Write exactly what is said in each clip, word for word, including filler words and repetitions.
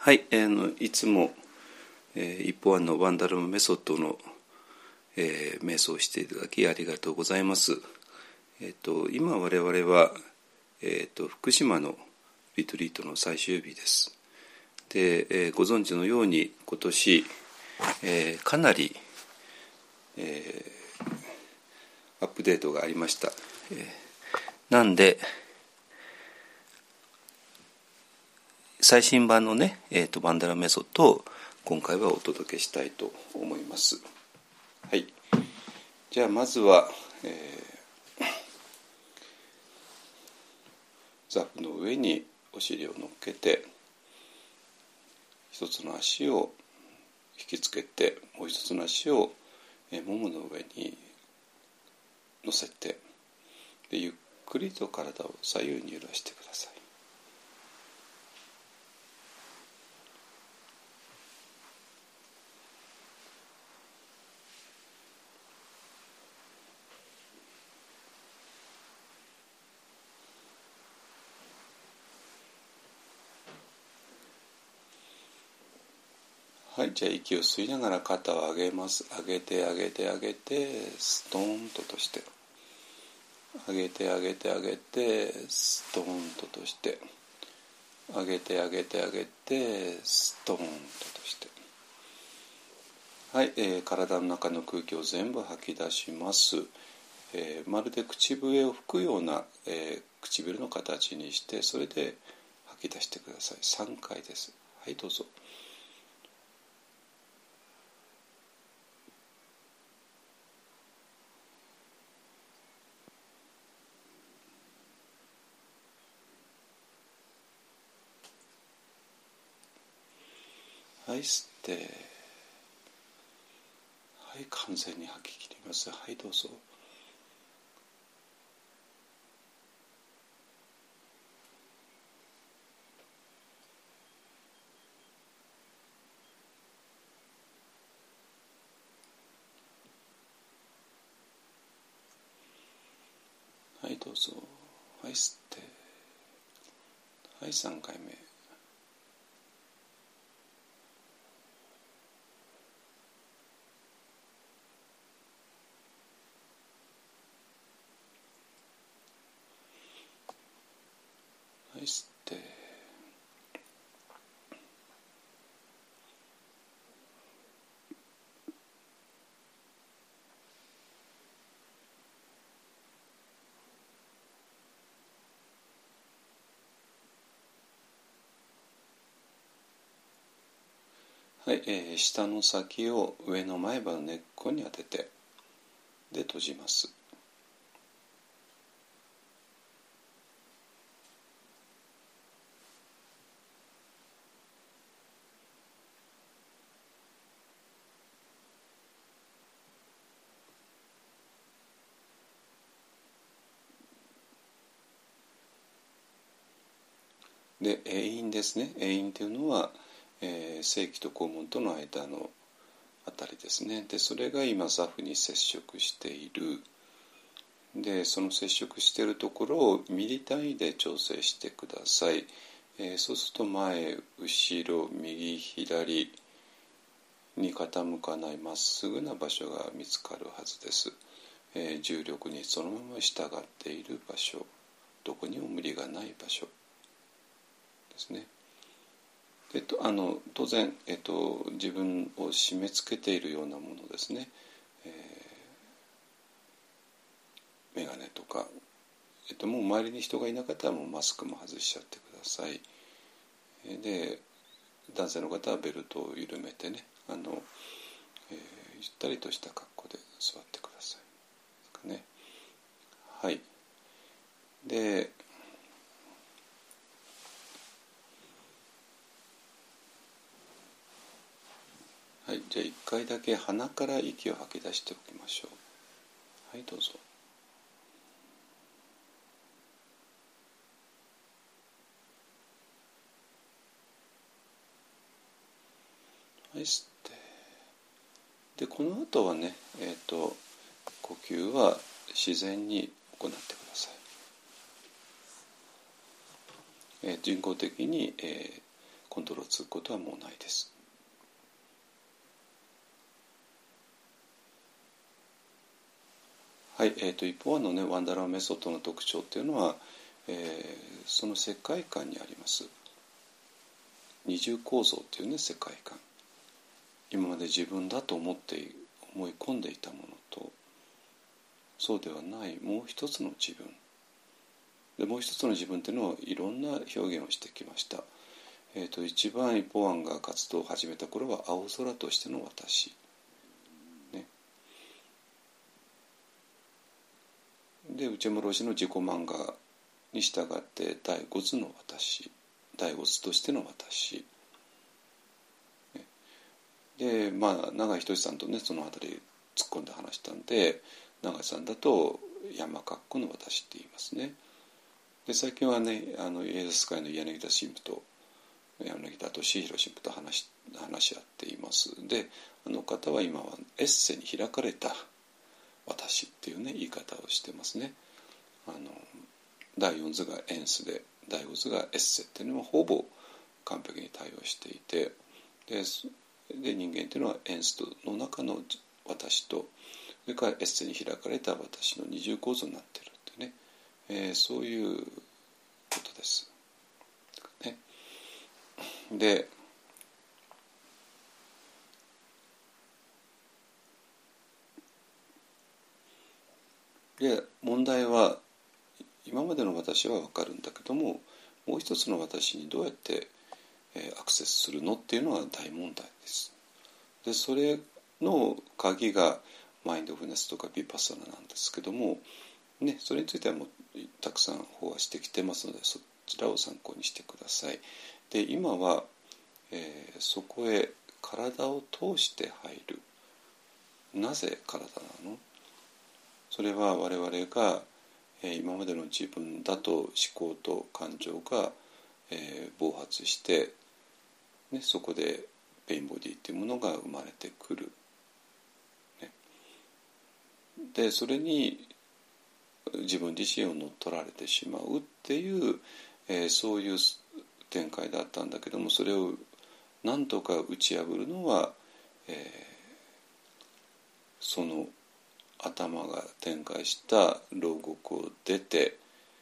はい、えー、のいつも、えー、一方案のワンダルムメソッドの、えー、瞑想をしていただきありがとうございます。えー、と今我々は、えー、と福島のリトリートの最終日です。で、えー、ご存知のように今年、えー、かなり、えー、アップデートがありました。えー、なんで最新版のね、えー、とバンダラメソッドを今回はお届けしたいと思います。はい。じゃあまずは、えー、座布の上にお尻を乗っけて、一つの足を引きつけて、もう一つの足を、えー、ももの上に乗せて、でゆっくりと体を左右に揺らしてください。はい、じゃあ息を吸いながら肩を上げます。上げて上げて上げてストーンと落として、上げて上げて上げてストーンと落として、上げて上げて上げてストーンと落として、はい、えー、体の中の空気を全部吐き出します。えー、まるで口笛を吹くような、えー、唇の形にして、それで吐き出してください。さんかいです。はい、どうぞ。はい、吸って、はい、完全に吐き切ります。はい、どうぞ。はい、どうぞ。はい、吸って、はい、さんかいめ。はい、吸って、はい、えー、下の先を上の前歯の根っこに当てて、で閉じます。で、永遠ですね。永遠というのは、えー、正気と肛門との間のあたりですね。で、それが今座布に接触している。で、その接触しているところをミリ単位で調整してください。えー、そうすると前、後ろ、右、左に傾かないまっすぐな場所が見つかるはずです。えー、重力にそのまま従っている場所、どこにも無理がない場所ですね。えっと、あの当然、えっと、自分を締め付けているようなものですね、えー、眼鏡とか、えっと、もう周りに人がいなかったらもうマスクも外しちゃってください。で、男性の方はベルトを緩めてね、あの、えー、ゆったりとした格好で座ってください。ね、はい。で、はい、じゃあいっかいだけ鼻から息を吐き出しておきましょう。はい、どうぞ。はい、吸って。で、この後はね、えっと、呼吸は自然に行ってください。えー、人工的に、えー、 コントロールすることはもうないです。はい、えー、と一方のねワンダーランメソッドの特徴っていうのは、えー、その世界観にあります二重構造っていうね世界観、今まで自分だと思って思い込んでいたものとそうではないもう一つの自分で、もう一つの自分っていうのをいろんな表現をしてきました。えー、と一番一方案が活動を始めた頃は青空としての私、ね、で内村氏の自己漫画に従って第五図の私、第五図としての私、ね、でまあ永井仁さんとねそのあたり突っ込んで話したんで、永井さんだと山括弧の私って言いますね。で最近はねあのイエス会の柳田神父と柳田俊弘神父と話し話し合っています。であの方は今はエッセに開かれた私っていうね言い方をしてますね。あのだいよん図がエンスでだいご図がエッセっていうのはほぼ完璧に対応していて、でで人間っていうのはエンスの中の私とそれからエッセに開かれた私の二重構造になっているってね、えー、そういうことです。ね、でで問題は今までの私は分かるんだけども、もう一つの私にどうやって、えー、アクセスするのっていうのは大問題です。でそれの鍵がマインドフルネスとかビパッサナなんですけども、ね、それについてはもうたくさん法話してきてますのでそちらを参考にしてください。で今は、えー、そこへ体を通して入る。なぜ体なの？それは我々が、えー、今までの自分だと思考と感情が、えー、暴発して、ね、そこでペインボディっていうものが生まれてくる、ね、でそれに自分自身を乗っ取られてしまうっていう、えー、そういう展開だったんだけども、それを何とか打ち破るのは、えー、その頭が展開した牢獄を出て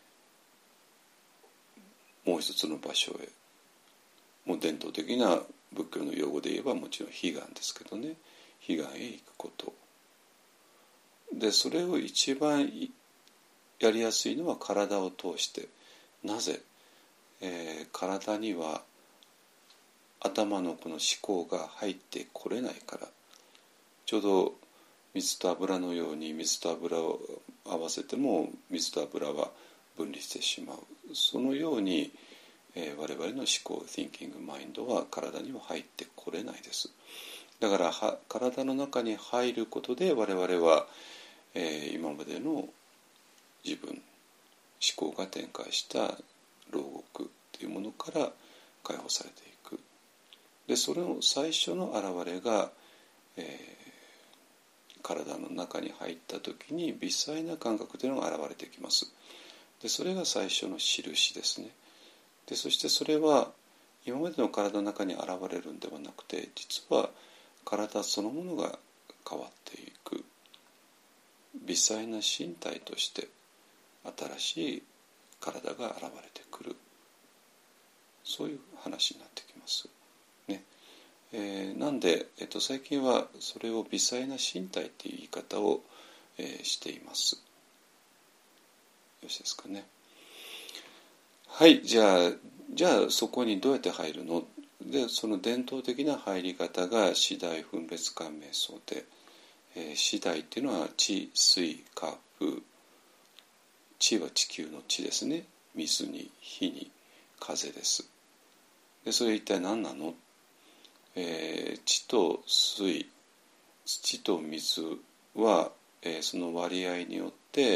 もう一つの場所へ、もう伝統的な仏教の用語で言えばもちろん彼岸ですけどね、彼岸へ行くことで、それを一番やりやすいのは体を通して。なぜ、えー、体には頭のこの思考が入ってこれないから。ちょうど水と油のように水と油を合わせても水と油は分離してしまう。そのように、えー、我々の思考 Thinking マインドは体には入ってこれないです。だからは体の中に入ることで我々は、えー、今までの自分思考が展開した牢獄というものから解放されていく。でそれの最初の現れが、えー、体の中に入った時に微細な感覚というのが現れてきます。でそれが最初の印ですね。でそしてそれは今までの体の中に現れるんではなくて、実は体そのものが変わっていく微細な身体として新しい体が現れてくる、そういう話になってきます、ねえー、なんで、えっと、最近はそれを微細な身体っていう言い方を、えー、しています。よろしいですかね。はい、じゃあじゃあそこにどうやって入るので、その伝統的な入り方が四大分別感瞑想で、えー、四大っていうのは地水火風。地は地球の地ですね。水に火に風です。でそれ一体何なの？えー、地と水、土と水は、えー、その割合によって、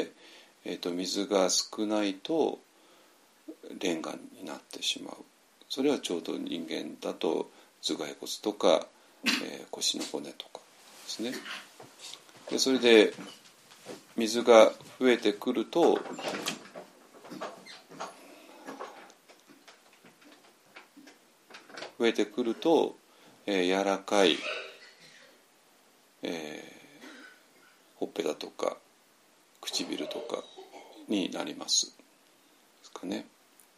えーと、水が少ないとレンガになってしまう。それはちょうど人間だと頭蓋骨とか、えー、腰の骨とかですね。でそれで水が増えてくると増えてくると、えー、柔らかい、えー、ほっぺたとか唇とかになりますですかね。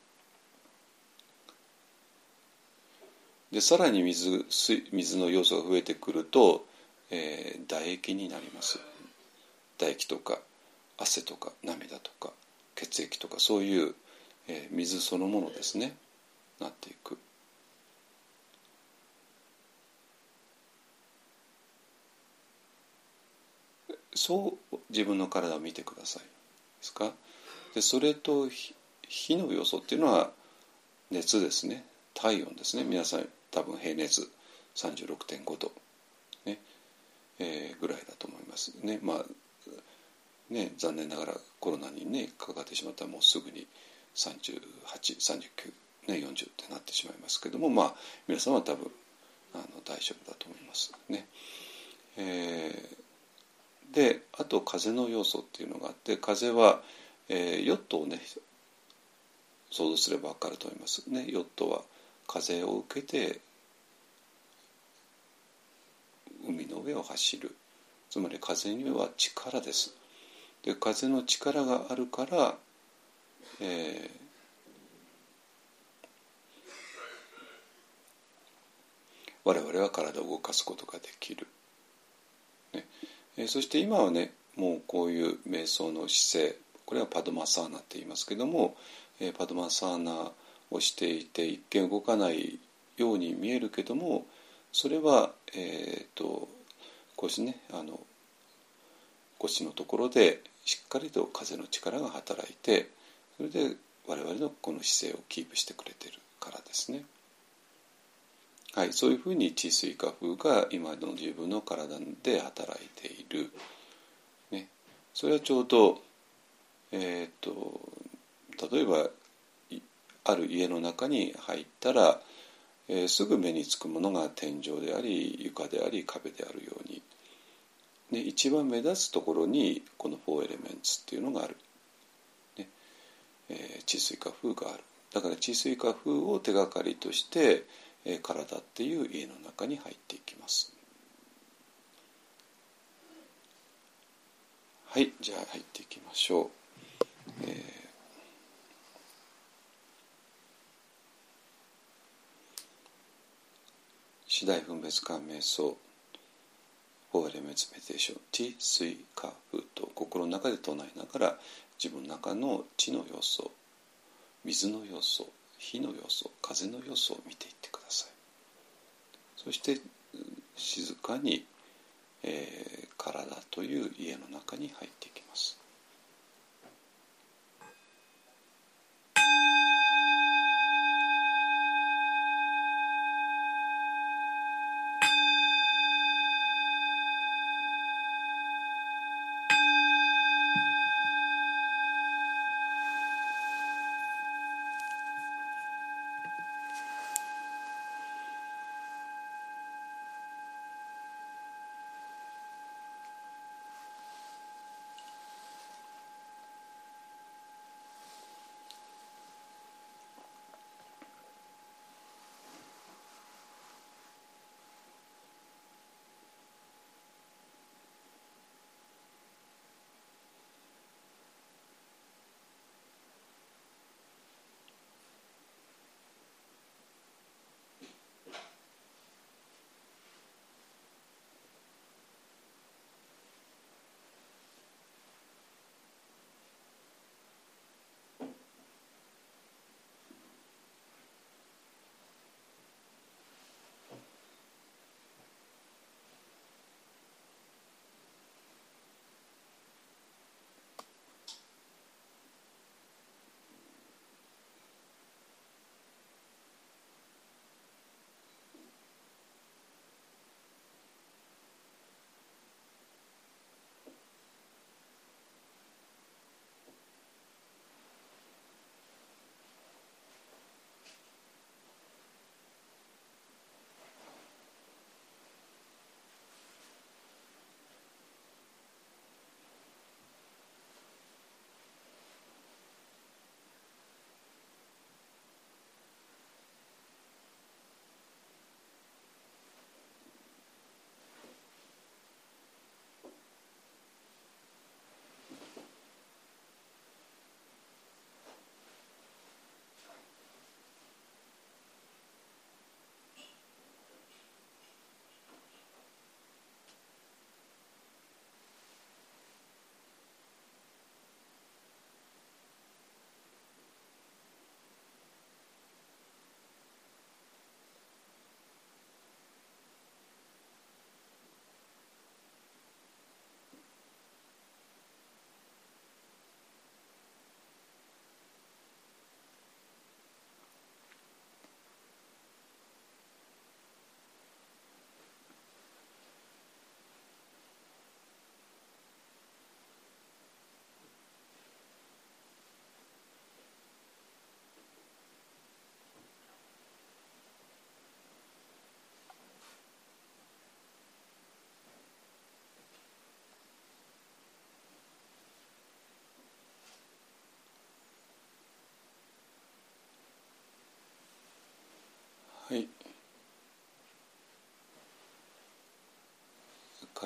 でさらに 水, 水の要素が増えてくると、えー、唾液になります。唾液とか汗とか涙とか血液とかそういう、えー、水そのものですね、なっていく。そう自分の体を見てくださいですか。でそれと火の要素っていうのは熱ですね、体温ですね。皆さん多分平熱 さんじゅうろくてんごど、ねえー、ぐらいだと思いますね。まあね、残念ながらコロナにねかかってしまったらもうすぐにさんじゅうはち、さんじゅうきゅう、ね、よんじゅうってなってしまいますけども、まあ皆さんは多分あの大丈夫だと思いますね。えー、であと風の要素っていうのがあって、風は、えー、ヨットをね想像すれば分かると思いますね。ヨットは風を受けて海の上を走る、つまり風には力です。で風の力があるから、えー、我々は体を動かすことができる、ねえー、そして今はねもうこういう瞑想の姿勢、これはパドマサーナって言いますけども、えー、パドマサーナをしていて一見動かないように見えるけども、それは、えー、と腰ね、あの腰のところでしっかりと風の力が働いて、それで我々のこの姿勢をキープしてくれているからですね。はい、そういうふうに地水化風が今の自分の体で働いている、ね、それはちょうど、えー、と例えばある家の中に入ったら、えー、すぐ目につくものが天井であり床であり壁であるように、ね、一番目立つところにこのフォーエレメンツっていうのがある、ねえー、地水化風がある。だから地水化風を手がかりとして、えー、体っていう家の中に入っていきます。はい、じゃあ入っていきましょう。えー、四大分別感瞑想フォーエレメンツメディテーション、地水火風と心の中で唱えながら自分の中の地の要素、水の要素、火の要素、風の要素を見ていってください。そして静かに、えー、体という家の中に入っていきます。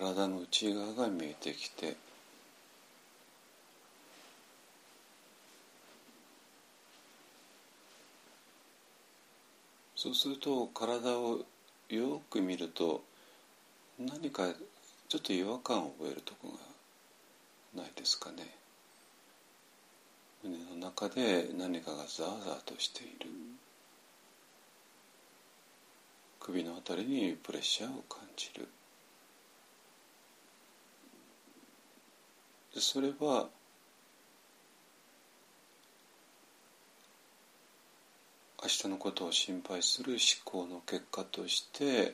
体の内側が見えてきて、そうすると体をよく見ると何かちょっと違和感を覚えるとこがないですかね。胸の中で何かがザーザーとしている。首のあたりにプレッシャーを感じる。それは明日のことを心配する思考の結果として、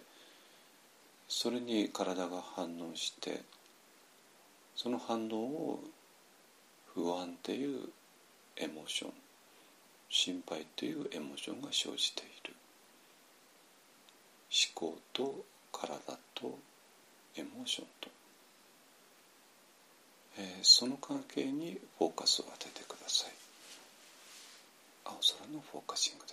それに体が反応して、その反応を不安っていうエモーション、心配というエモーションが生じている。思考と体とエモーションと、えー、その関係にフォーカスを当ててください。青空のフォーカシングです。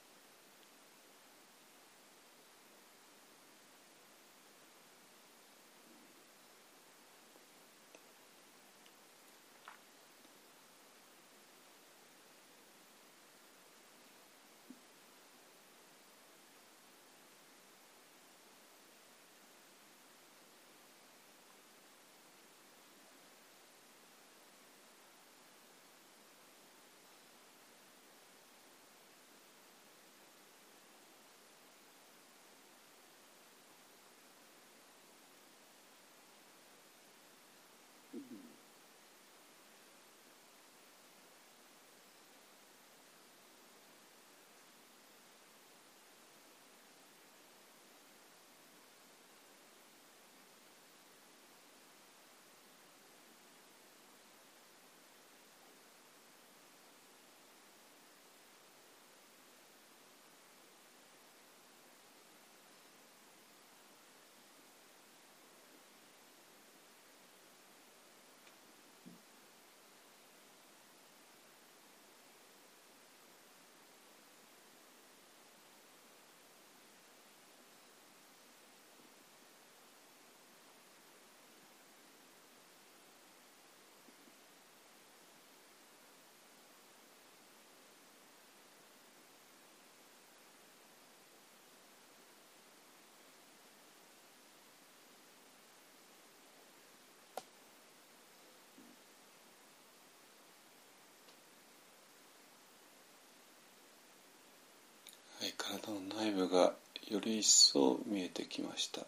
はい、体の内部がより一層見えてきました。じゃ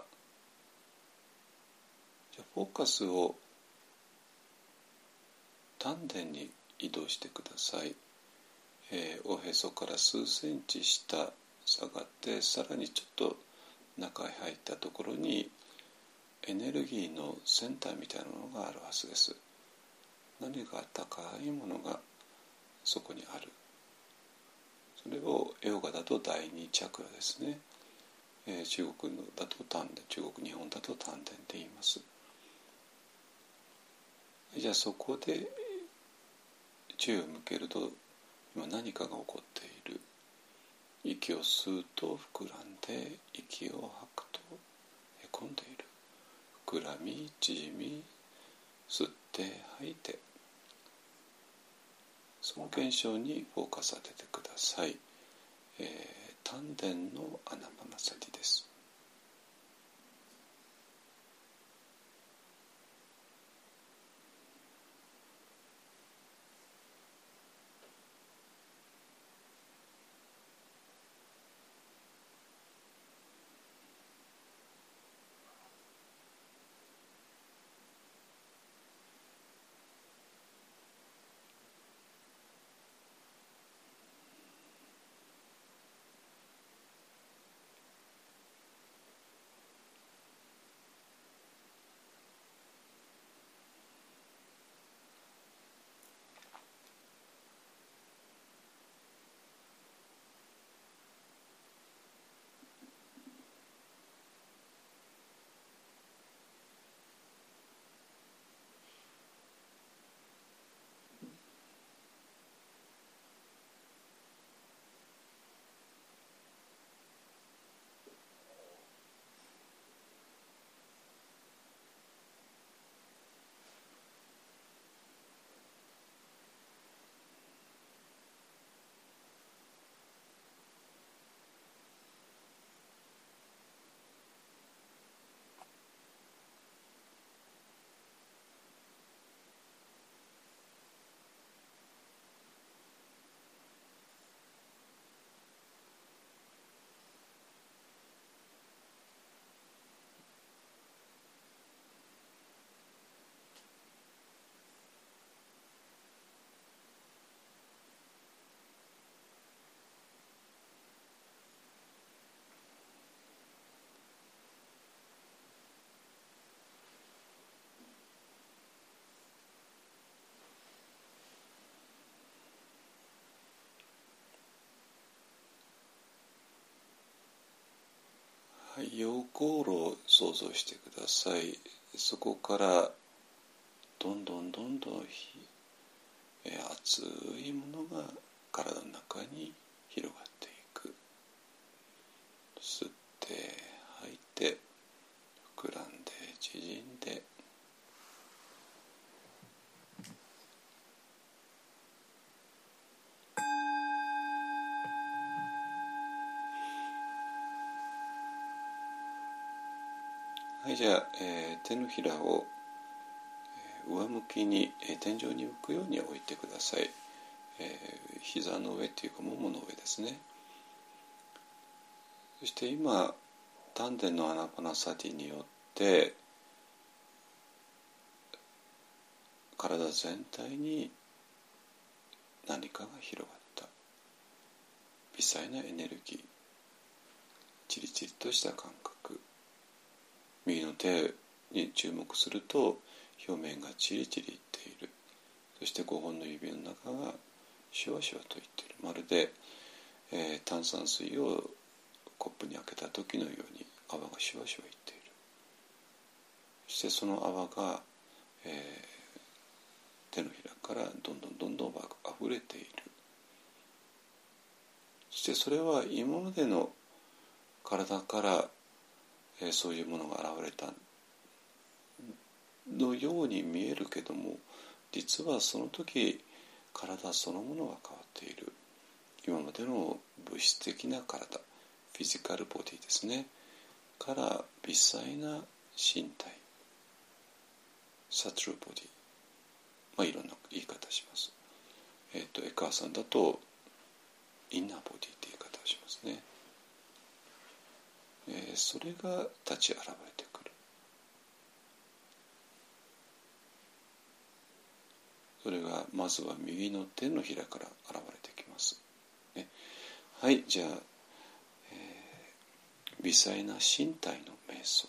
あフォーカスを丹田に移動してください。えー、おへそから数センチ下下がって、さらにちょっと中へ入ったところにエネルギーのセンターみたいなものがあるはずです。何か高いものがそこにある。それをヨガだと第二チャクラですね。えー、中国のだと丹田、中国日本だと丹田って言います。じゃあそこで注意を向けると、今何かが起こっている。息を吸うと膨らんで、息を吐くとへこんでいる。膨らみ縮み、吸って吐いて、その現象にフォーカス当ててください。えー、丹田のアナパナサティです。 溶鉱炉を想像してください。そこからどんどんどんどんえー、熱いものが体の中に広がっていく。吸って吐いて膨らんで縮んで、はい、じゃあ、えー、手のひらを上向きに、えー、天井に浮くように置いてください。えー、膝の上というかももの上ですね。そして今丹田のアナパナサティによって体全体に何かが広がった、微細なエネルギー、チリチリとした感覚。右の手に注目すると表面がチリチリいっている。そしてごほんの指の中がシュワシュワといっている。まるで、えー、炭酸水をコップに開けた時のように泡がシュワシュワいっている。そしてその泡が、えー、手のひらからどんどんどんどん溢れている。そしてそれは今までの体から、えー、そういうものが現れたのように見えるけども、実はその時体そのものが変わっている。今までの物質的な体、フィジカルボディですね、から微細な身体、サトゥルボディ、まあいろんな言い方します。えっ、ー、と江川さんだとインナーボディって言い方をしますね。えー、それが立ち現れてくる。それがまずは右の手のひらから現れてきます、ね。はい、じゃあ、えー、微細な身体の瞑想。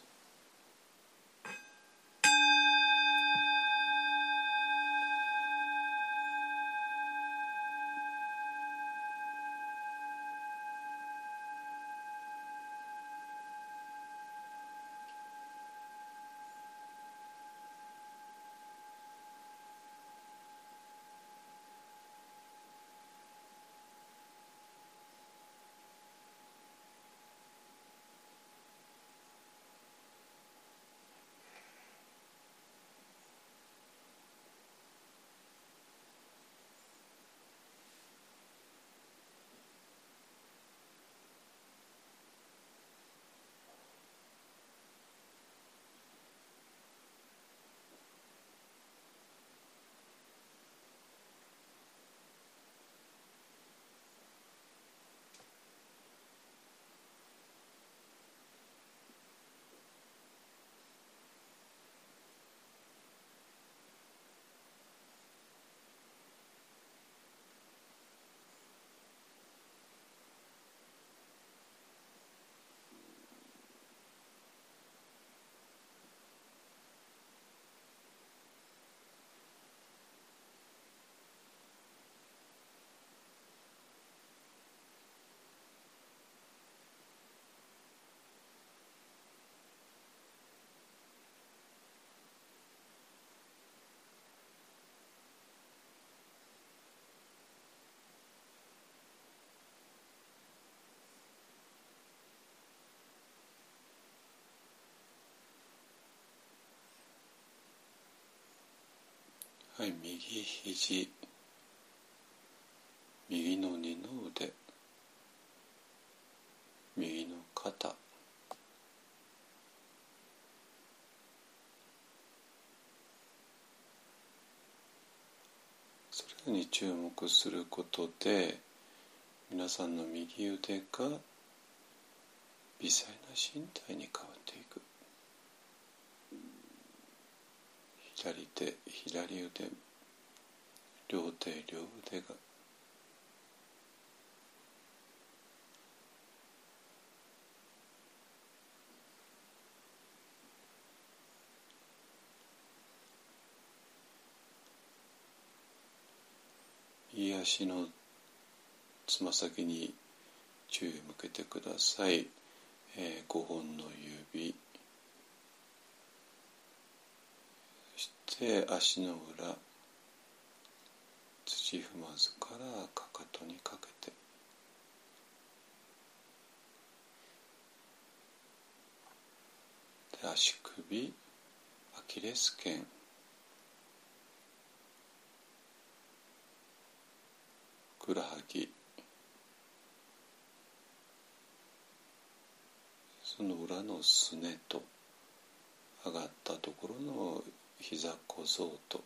はい、右肘、右の二の腕、右の肩、それに注目することで、皆さんの右腕が微細な身体に変わっていく。左手、左腕、両手、両腕が右足のつま先に注意を向けてください。 えー、ごほんの指、そして足の裏、土踏まずからかかとにかけて、で足首、アキレス腱、ふくらはぎ、その裏のすねと上がったところの膝小僧と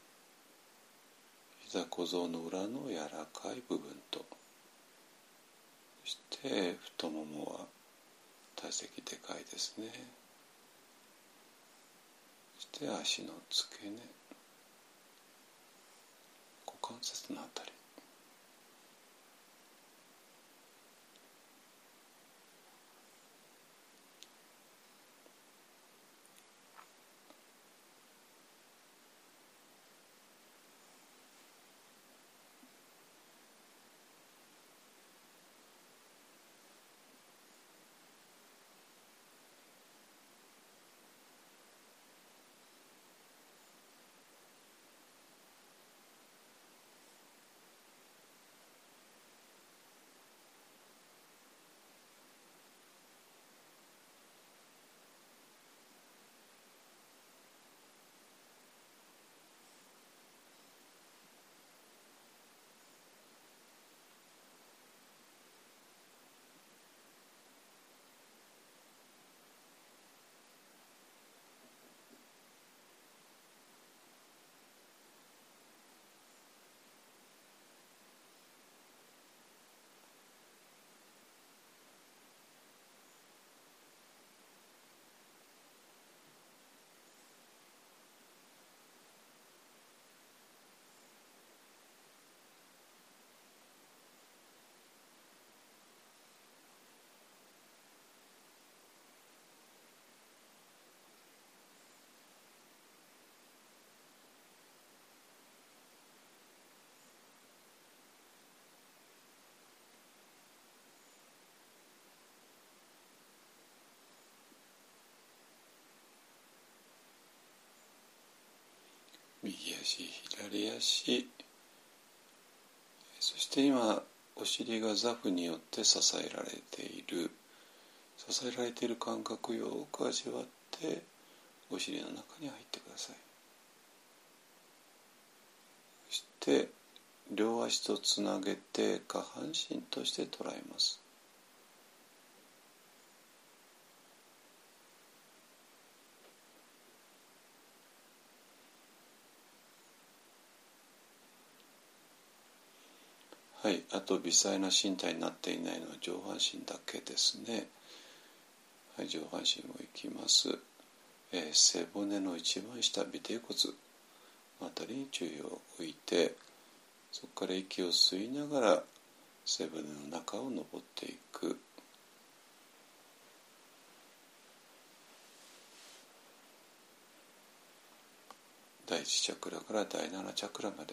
膝小僧の裏の柔らかい部分と、そして太ももは体積でかいですね。そして足の付け根、股関節のあたり、右足左足、そして今お尻が座布によって支えられている支えられている感覚をよく味わってお尻の中に入ってください。そして両足とつなげて下半身として捉えます。はい、あと微細な身体になっていないのは上半身だけですね。はい、上半身もいきます。えー、背骨の一番下、尾てい骨のあたりに注意を置いて、そこから息を吸いながら背骨の中を登っていく。だいいちチャクラからだいななチャクラまで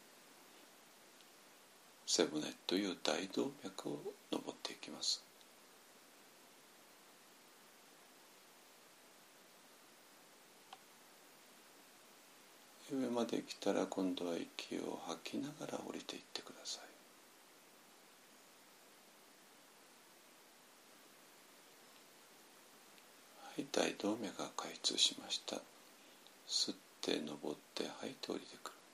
背骨という大動脈を登っていきます。上まで来たら今度は息を吐きながら降りていってください。はい、大動脈が開通しました。吸って登って吐いて降りてくる。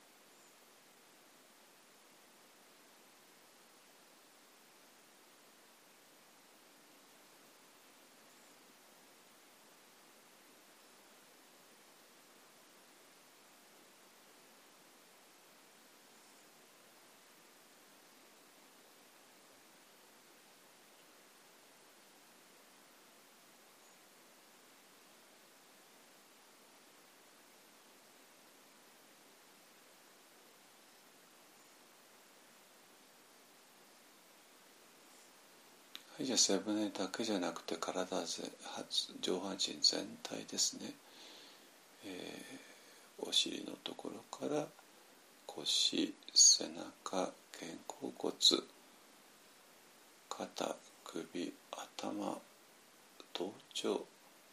はい、じゃあ背骨だけじゃなくて体ぜ上半身全体ですね、えー、お尻のところから腰、背中、肩甲骨、肩、首、頭、 頭頂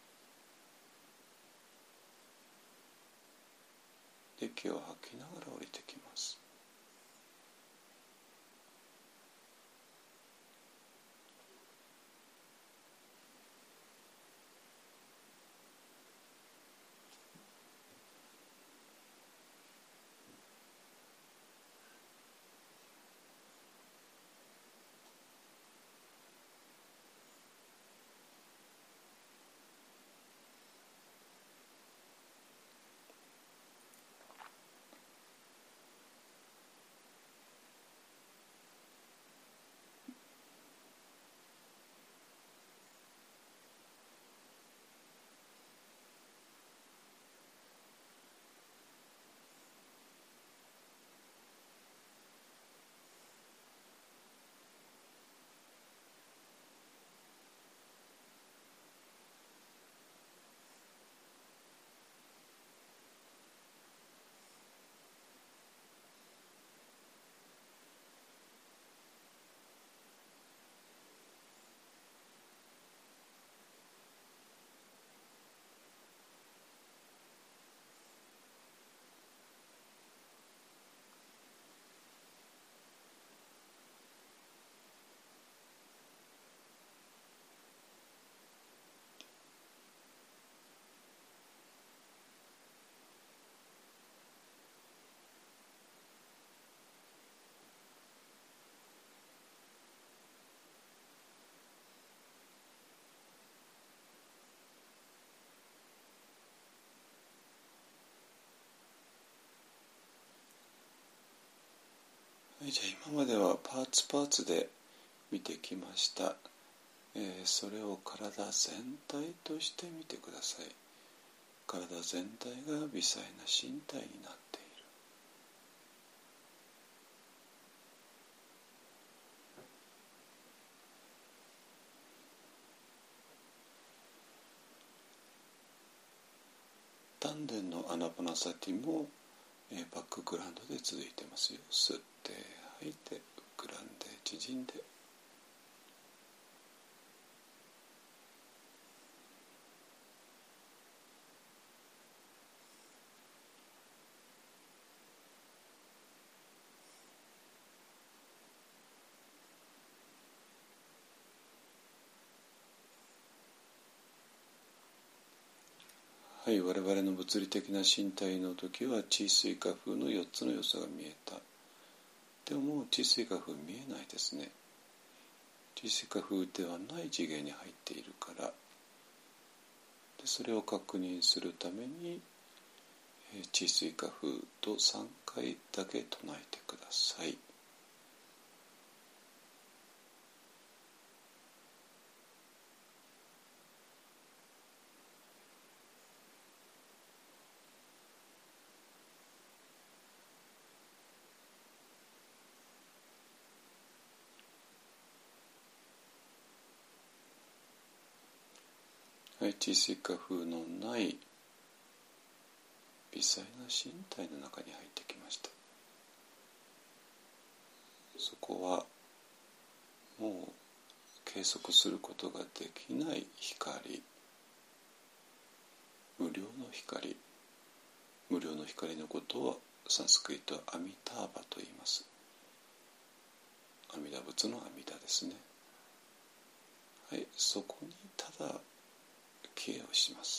で息を吐きながら降りてきます。はい、じゃあ今まではパーツパーツで見てきました。えー、それを体全体として見てください。体全体が微細な身体になっている。丹田のアナパナサティも、えー、バックグラウンドで続いてますよ。吸って吐いて膨らんで縮んで。はい、我々の物理的な身体の時は地水火風のよっつの要素が見えた。でももう地水火風見えないですね。地水火風ではない次元に入っているから。でそれを確認するために地水火風とさんかいだけ唱えてください。はい、地水火風のない微細な身体の中に入ってきました。そこはもう計測することができない光、無料の光、無料の光のことをサンスクリットはアミターバと言います。阿弥陀仏の阿弥陀ですね。はい、そこにただ帰依をします。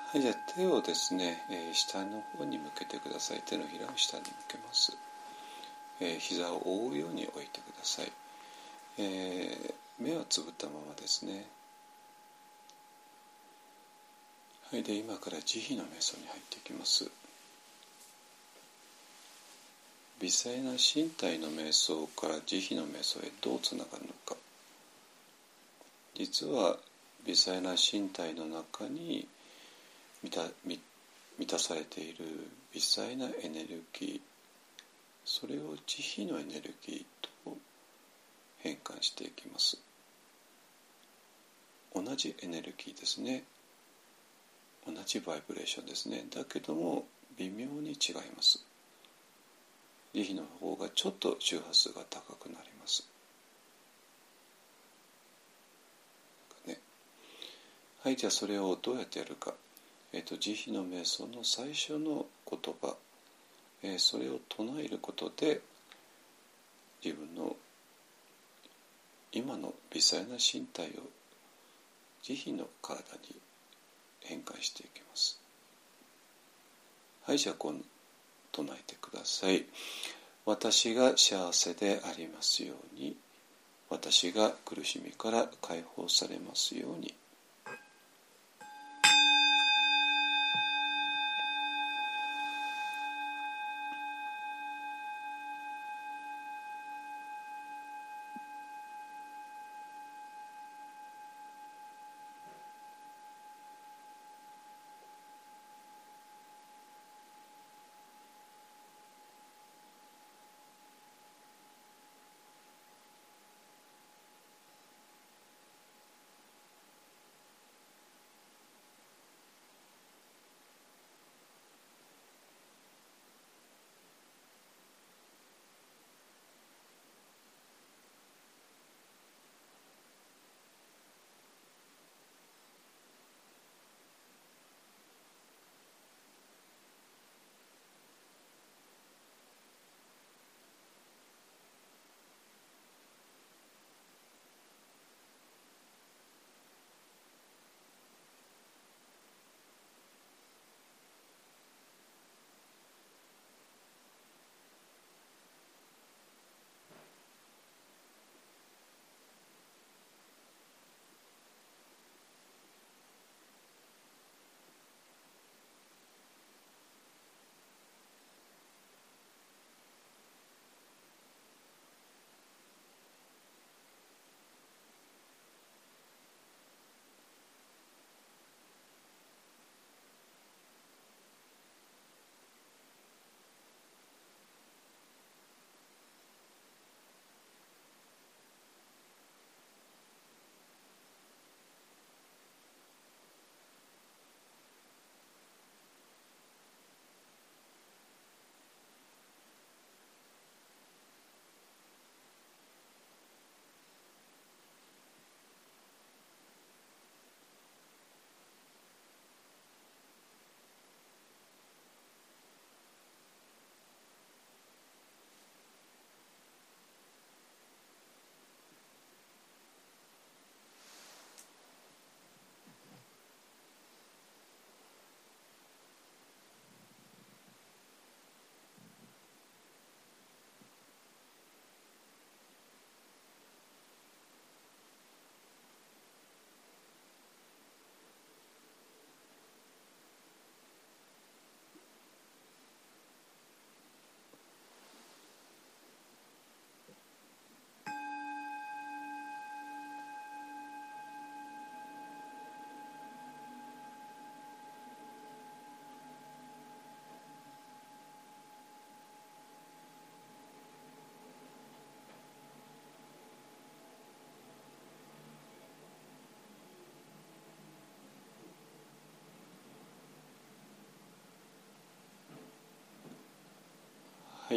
はい、じゃあ手をですね、えー、下の方に向けてください。手のひらを下に向けます。えー、膝を覆うように置いてください。えー、目はつぶったままですね。はい、で今から慈悲の瞑想に入っていきます。微細な身体の瞑想から慈悲の瞑想へどうつながるのか。実は微細な身体の中に満た、満たされている微細なエネルギー、それを慈悲のエネルギーと変換していきます。同じエネルギーですね。同じバイブレーションですね。だけども微妙に違います。慈悲の方がちょっと周波数が高くなります。ね、はい、じゃあそれをどうやってやるか。えっと、慈悲の瞑想の最初の言葉、えー、それを唱えることで自分の今の微細な身体を慈悲の体に変換していきます。はい、じゃあこう唱えてください。私が幸せでありますように、私が苦しみから解放されますように。はい。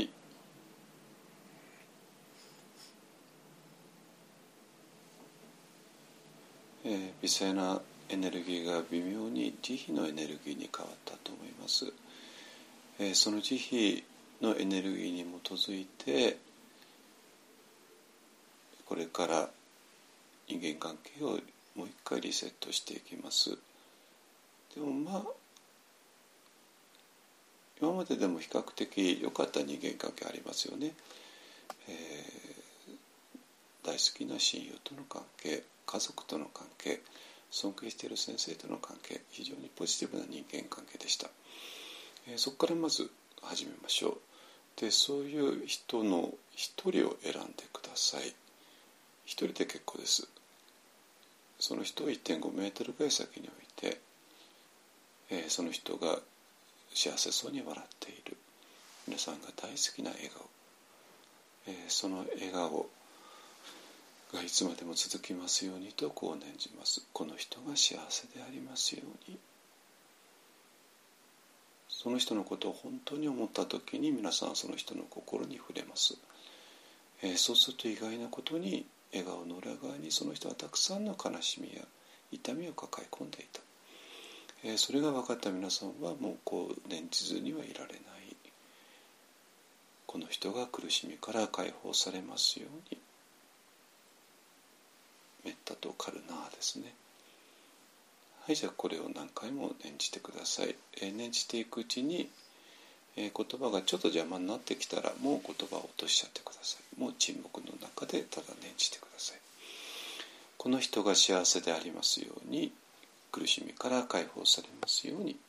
えー、微細なエネルギーが微妙に慈悲のエネルギーに変わったと思います。えー、その慈悲のエネルギーに基づいてこれから人間関係をもう一回リセットしていきます。でもまあ今まででも比較的良かった人間関係ありますよね。えー、大好きな親友との関係、家族との関係、尊敬している先生との関係、非常にポジティブな人間関係でした。えー、そこからまず始めましょう。で、そういう人の一人を選んでください。一人で結構です。その人を いってんごメートルぐらい先に置いて、えー、その人が幸せそうに笑っている、皆さんが大好きな笑顔、えー、その笑顔がいつまでも続きますようにとこう念じます。この人が幸せでありますように。その人のことを本当に思った時に皆さんその人の心に触れます。えー、そうすると意外なことに笑顔の裏側にその人はたくさんの悲しみや痛みを抱え込んでいた。えー、それが分かった皆さんはもうこう念じずにはいられない。この人が苦しみから解放されますように。メッタとカルナーですね。はい、じゃあこれを何回も念じてください。えー、念じていくうちに、えー、言葉がちょっと邪魔になってきたらもう言葉を落としちゃってください。もう沈黙の中でただ念じてください。この人が幸せでありますように、苦しみから解放されますように。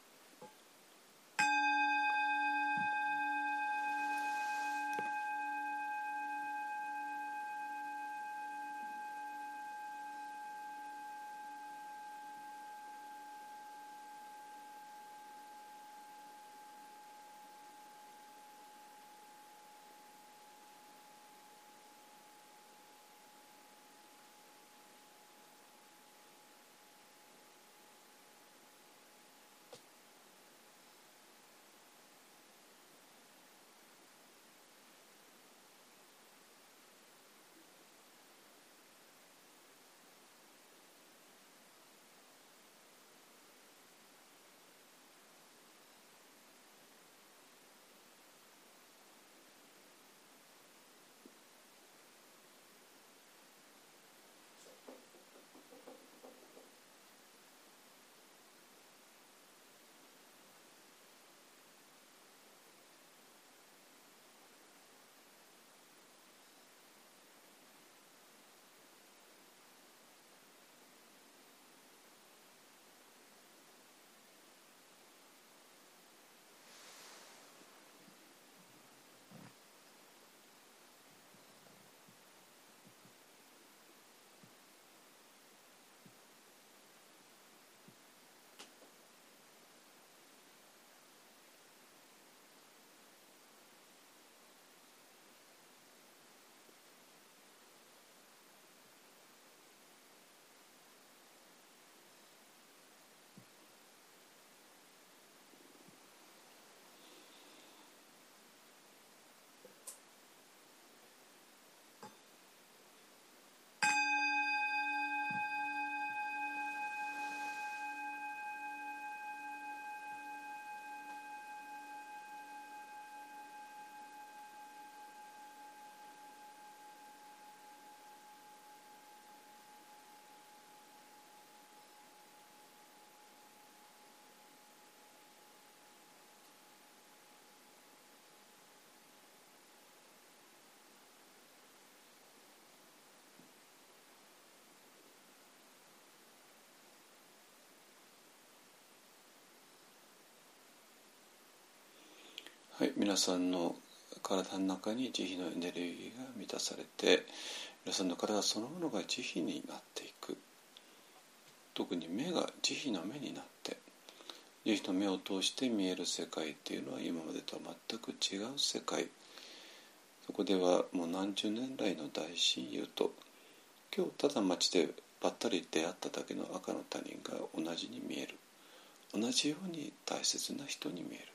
はい、皆さんの体の中に慈悲のエネルギーが満たされて、皆さんの体そのものが慈悲になっていく。特に目が慈悲の目になって、慈悲の目を通して見える世界っていうのは今までとは全く違う世界。そこではもう何十年来の大親友と、今日ただ街でばったり出会っただけの赤の他人が同じに見える。同じように大切な人に見える。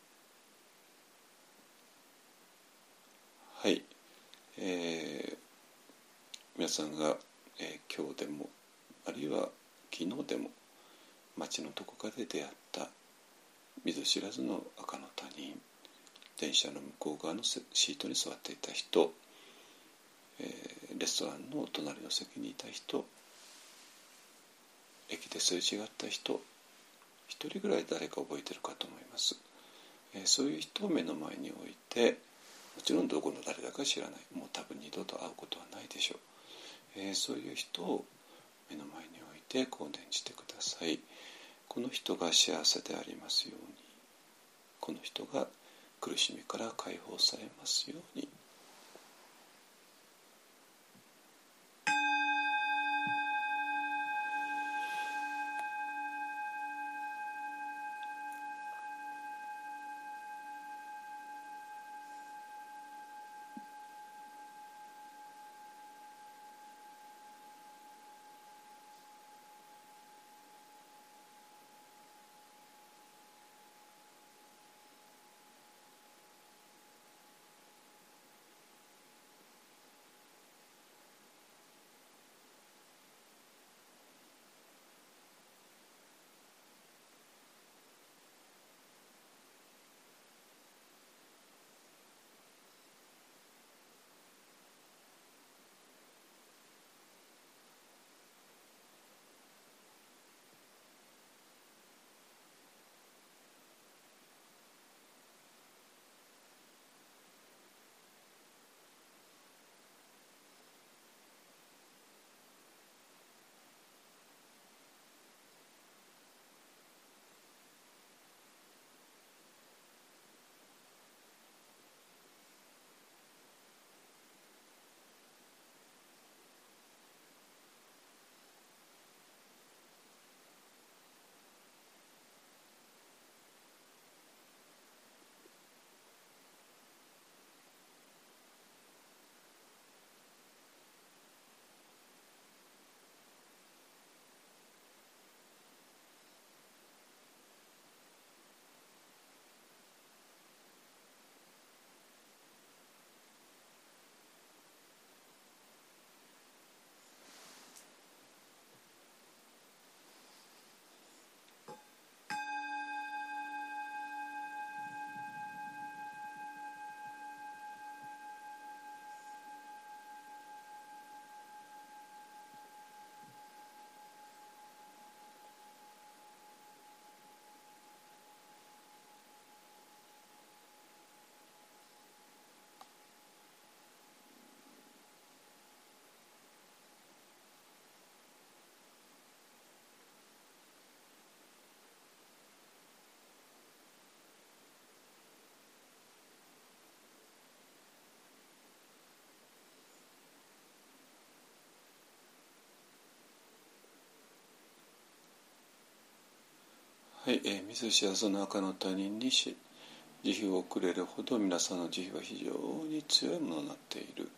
はい、えー、皆さんが、えー、今日でもあるいは昨日でも街のどこかで出会った見ず知らずの赤の他人、電車の向こう側のシートに座っていた人、えー、レストランの隣の席にいた人、駅ですれ違った人、一人ぐらい誰か覚えてるかと思います。 えー、そういう人を目の前に置いて、もちろんどこの誰だか知らない、もう多分二度と会うことはないでしょう、えー、そういう人を目の前に置いてこう念じてください。この人が幸せでありますように、この人が苦しみから解放されますように。はい、えー、見ず知らずの赤の他人にし慈悲をくれるほど皆さんの慈悲は非常に強いものになっている。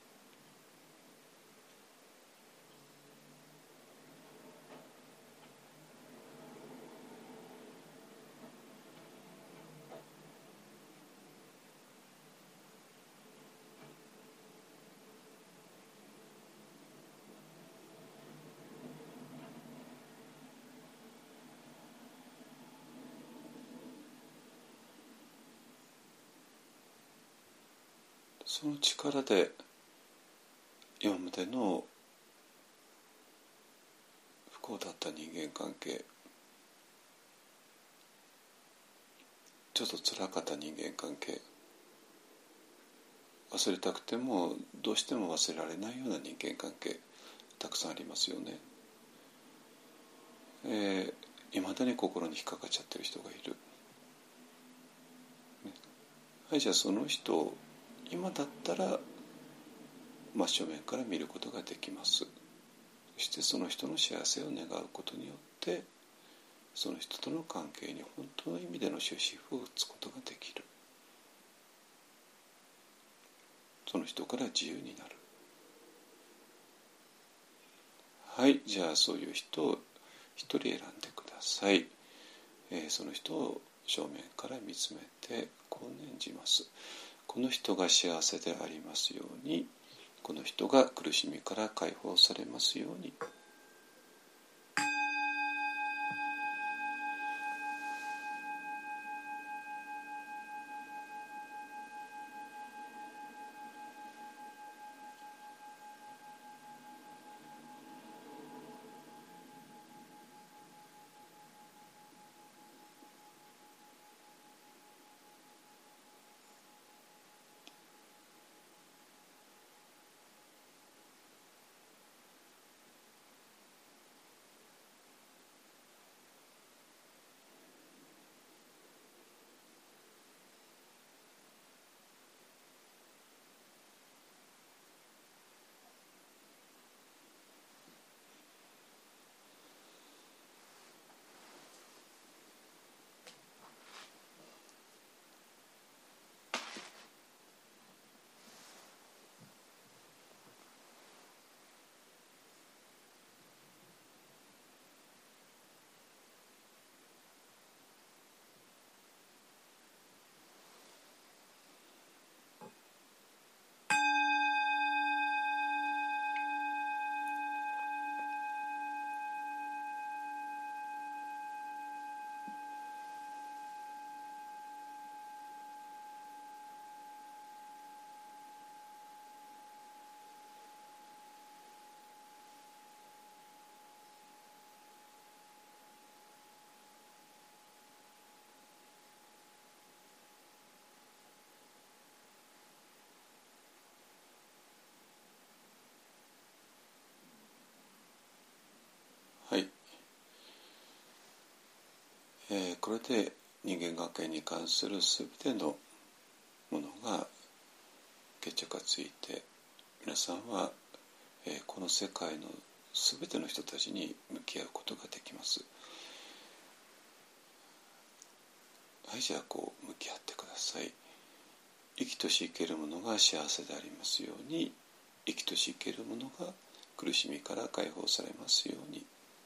その力で今までの不幸だった人間関係、ちょっと辛かった人間関係、忘れたくてもどうしても忘れられないような人間関係たくさんありますよね。えー、未だに心に引っかかっちゃってる人がいる、ね、はい、じゃあその人を今だったら真正面から見ることができます。そしてその人の幸せを願うことによってその人との関係に本当の意味での終止符を打つことができる。その人から自由になる。はい、じゃあそういう人を一人選んでください。えー、その人を正面から見つめてこう念じます。この人が幸せでありますように、この人が苦しみから解放されますように。 これで人間関係に関する全てのものが決着がついて、皆さんは、えー、この世界の全ての人たちに向き合うことができます。はい、じゃあこう向き合ってください。生きとし生けるものが幸せでありますように、生きとし生けるものが苦しみから解放されますように。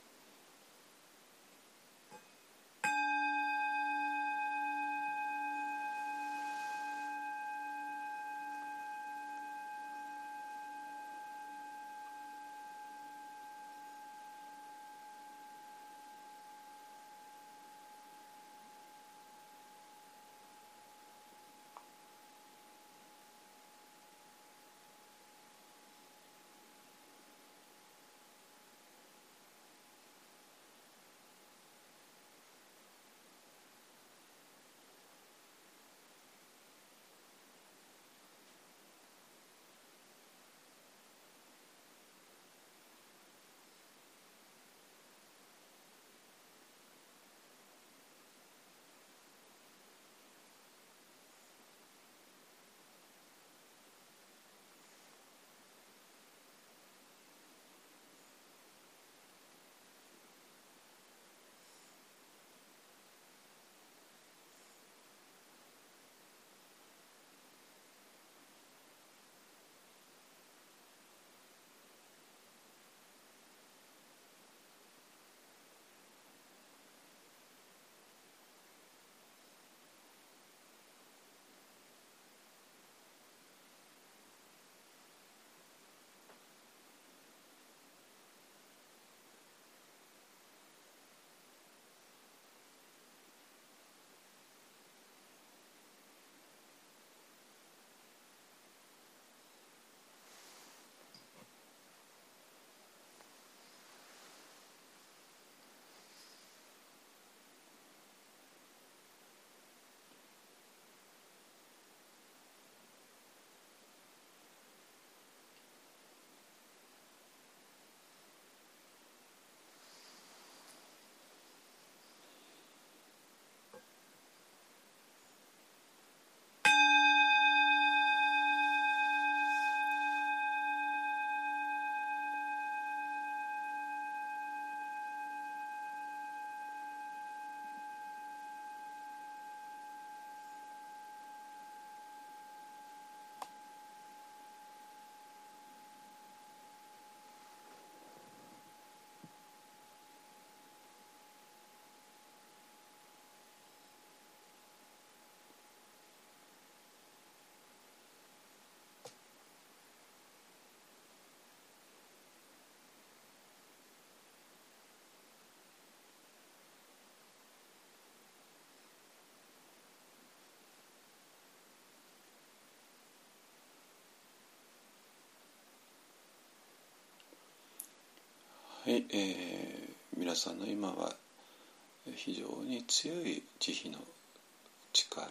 はい、えー、皆さんの今は非常に強い慈悲の力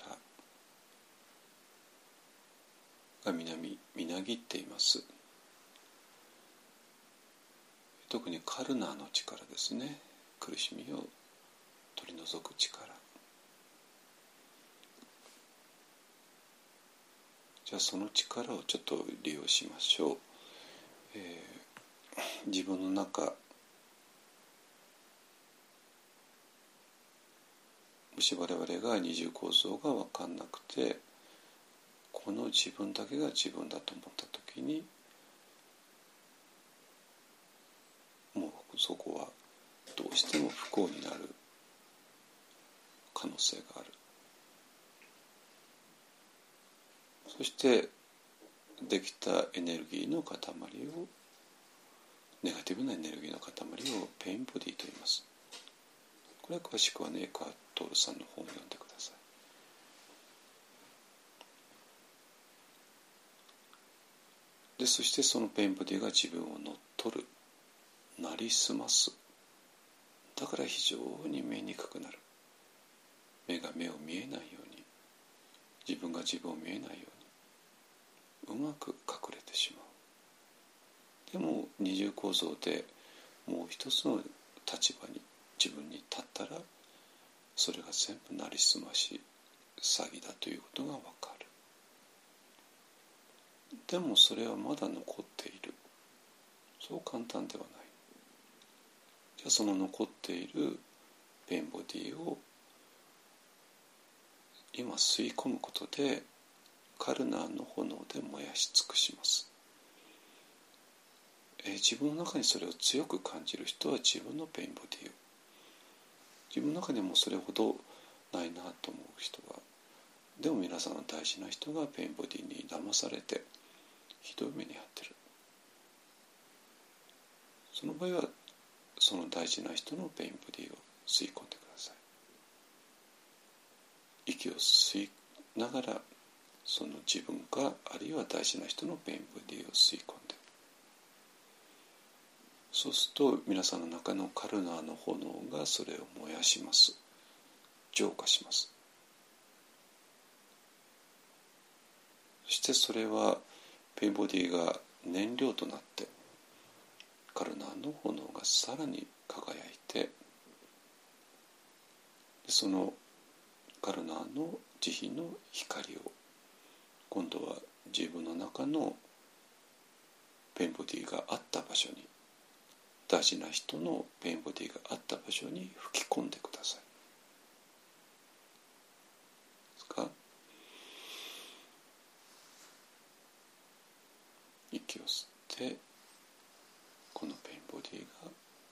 がみなみみなぎっています。特にカルナの力ですね。苦しみを取り除く力。じゃあその力をちょっと利用しましょう。えー、自分の中、もし我々が二重構造が分かんなくて、この自分だけが自分だと思ったときに、もうそこはどうしても不幸になる可能性がある。そしてできたエネルギーの塊を、ネガティブなエネルギーの塊をペインボディと言います。これは詳しくはね、エクハトールさんの本を読んでください。でそしてそのペインボディが自分を乗っ取る、なりすます。だから非常に見えにくくなる。目が目を見えないように、自分が自分を見えないようにうまく隠れてしまう。でも二重構造でもう一つの立場に自分に立ったら、自分が自分を見えないように、自分が自分を見えないようにうまく隠れてしまう。でも二重構造でもう一つの立場に自分に立ったら、自分が自分を見えないようにうまく隠れてしまう。でも二重構造でもう一つの立場に自分に立ったら、 それが全部なりすまし詐欺だということがわかる。でもそれはまだ残っている。そう簡単ではない。じゃあその残っているペインボディを今吸い込むことでカルナーの炎で燃やし尽くします。えー、自分の中にそれを強く感じる人は自分のペインボディを、自分の中にもそれほどないなと思う人は、でも皆さんの大事な人がペインボディに騙されてひどい目に遭ってる。その場合はその大事な人のペインボディを吸い込んでください。息を吸いながらその自分かあるいは大事な人のペインボディを吸い込んで、そうすると皆さんの中のカルナーの炎がそれを燃やします。浄化します。そしてそれはペインボディが燃料となってカルナーの炎がさらに輝いて、そのカルナーの慈悲の光を今度は自分の中のペインボディがあった場所に、大事な人のペインボディがあった場所に吹き込んでください。ですか？息を吸ってこのペインボディが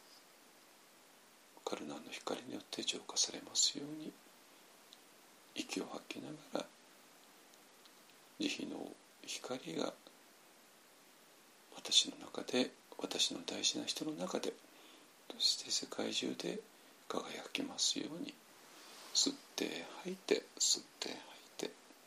カルナーの光によって浄化されますように息を吐きながら慈悲の光が私の中で、私の大事な人の中で、そして世界中で輝きますように吸って吐いて吸って吐いて。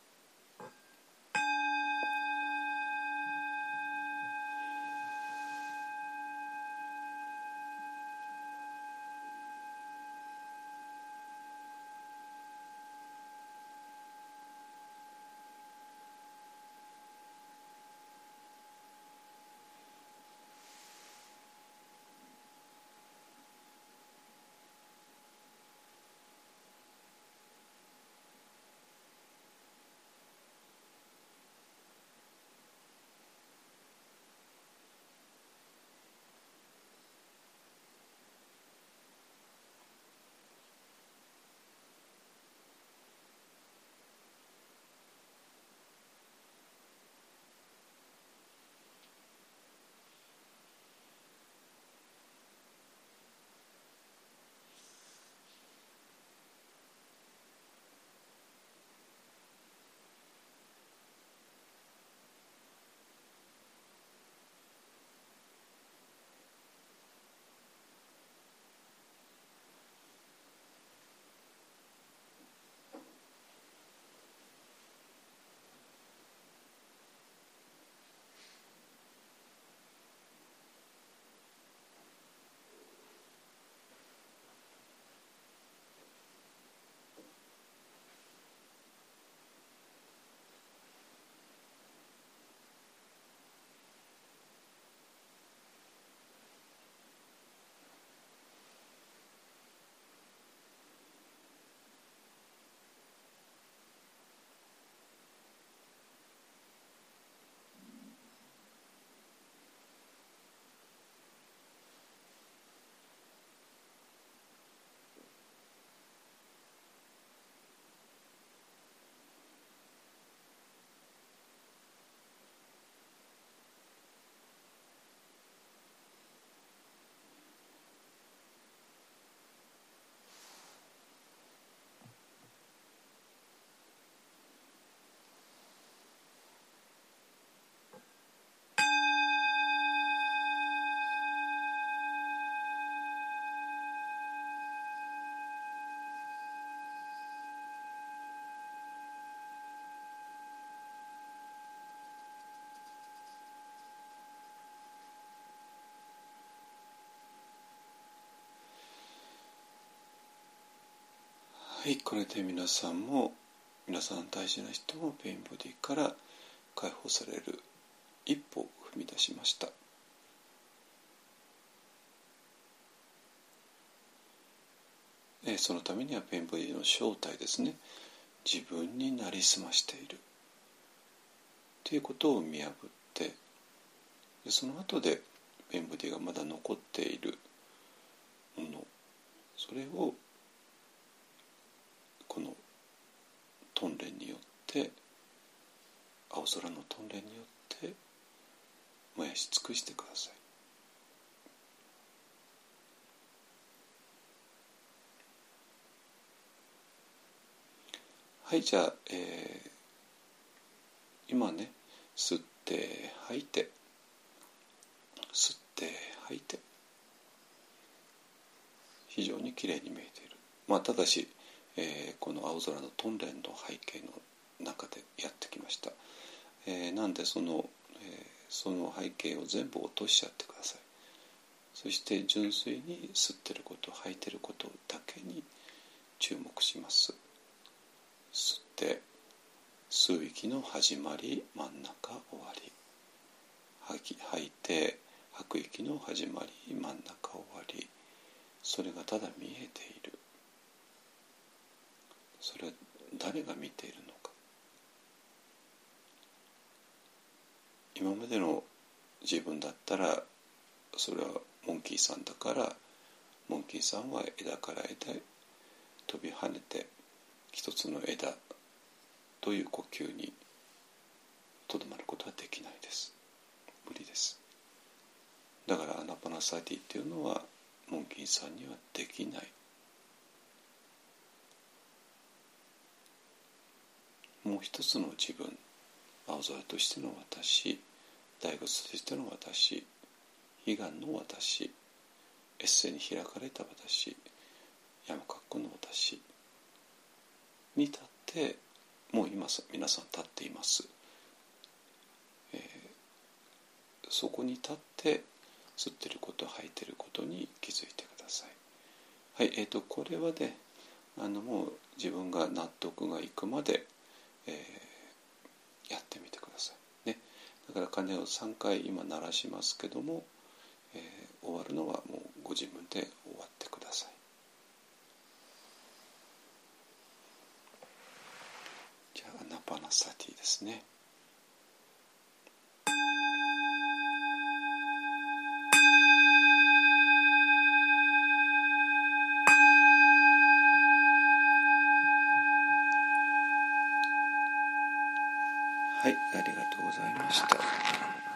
はい、これで皆さんも皆さん大事な人もペインボディから解放される一歩を踏み出しました。 えそのためにはペンボディの正体ですね、自分になりすましているということを見破って、でその後でペンボディがまだ残っているもの、それをこのトンレンによって、青空のトンレンによって燃やし尽くしてください。はい、じゃあ、えー、今ね、吸って吐いて、吸って吐いて、非常にきれいに見えている。まあ、ただし、えー、この青空のトンレンの背景の中でやってきました。えー、なんでその、えー、その背景を全部落としちゃってください。そして純粋に吸ってること、吐いてることだけに注目します。吸って吸う息の始まり、真ん中、終わり。吐き吐いて吐く息の始まり、真ん中、終わり。それがただ見えている。それは誰が見ているのか。今までの自分だったら、それはモンキーさんだから、モンキーさんは枝から枝へ飛び跳ねて一つの枝という呼吸にとどまることはできないです。無理です。だからアナパナサティっていうのはモンキーさんにはできない。もう一つの自分、青空としての私、大仏としての私、悲願の私、エッセに開かれた私、山格好の私に立って、もう今皆さん立っています。えー、そこに立って吸ってること吐いてることに気づいてください。はい、えーとこれはね、あのもう自分が納得がいくまで、えー、やってみてくださいね。だから鐘をさんかい今鳴らしますけども、えー、終わるのはもうご自分で終わってください。じゃあアナパナサティですね。はい、ありがとうございました。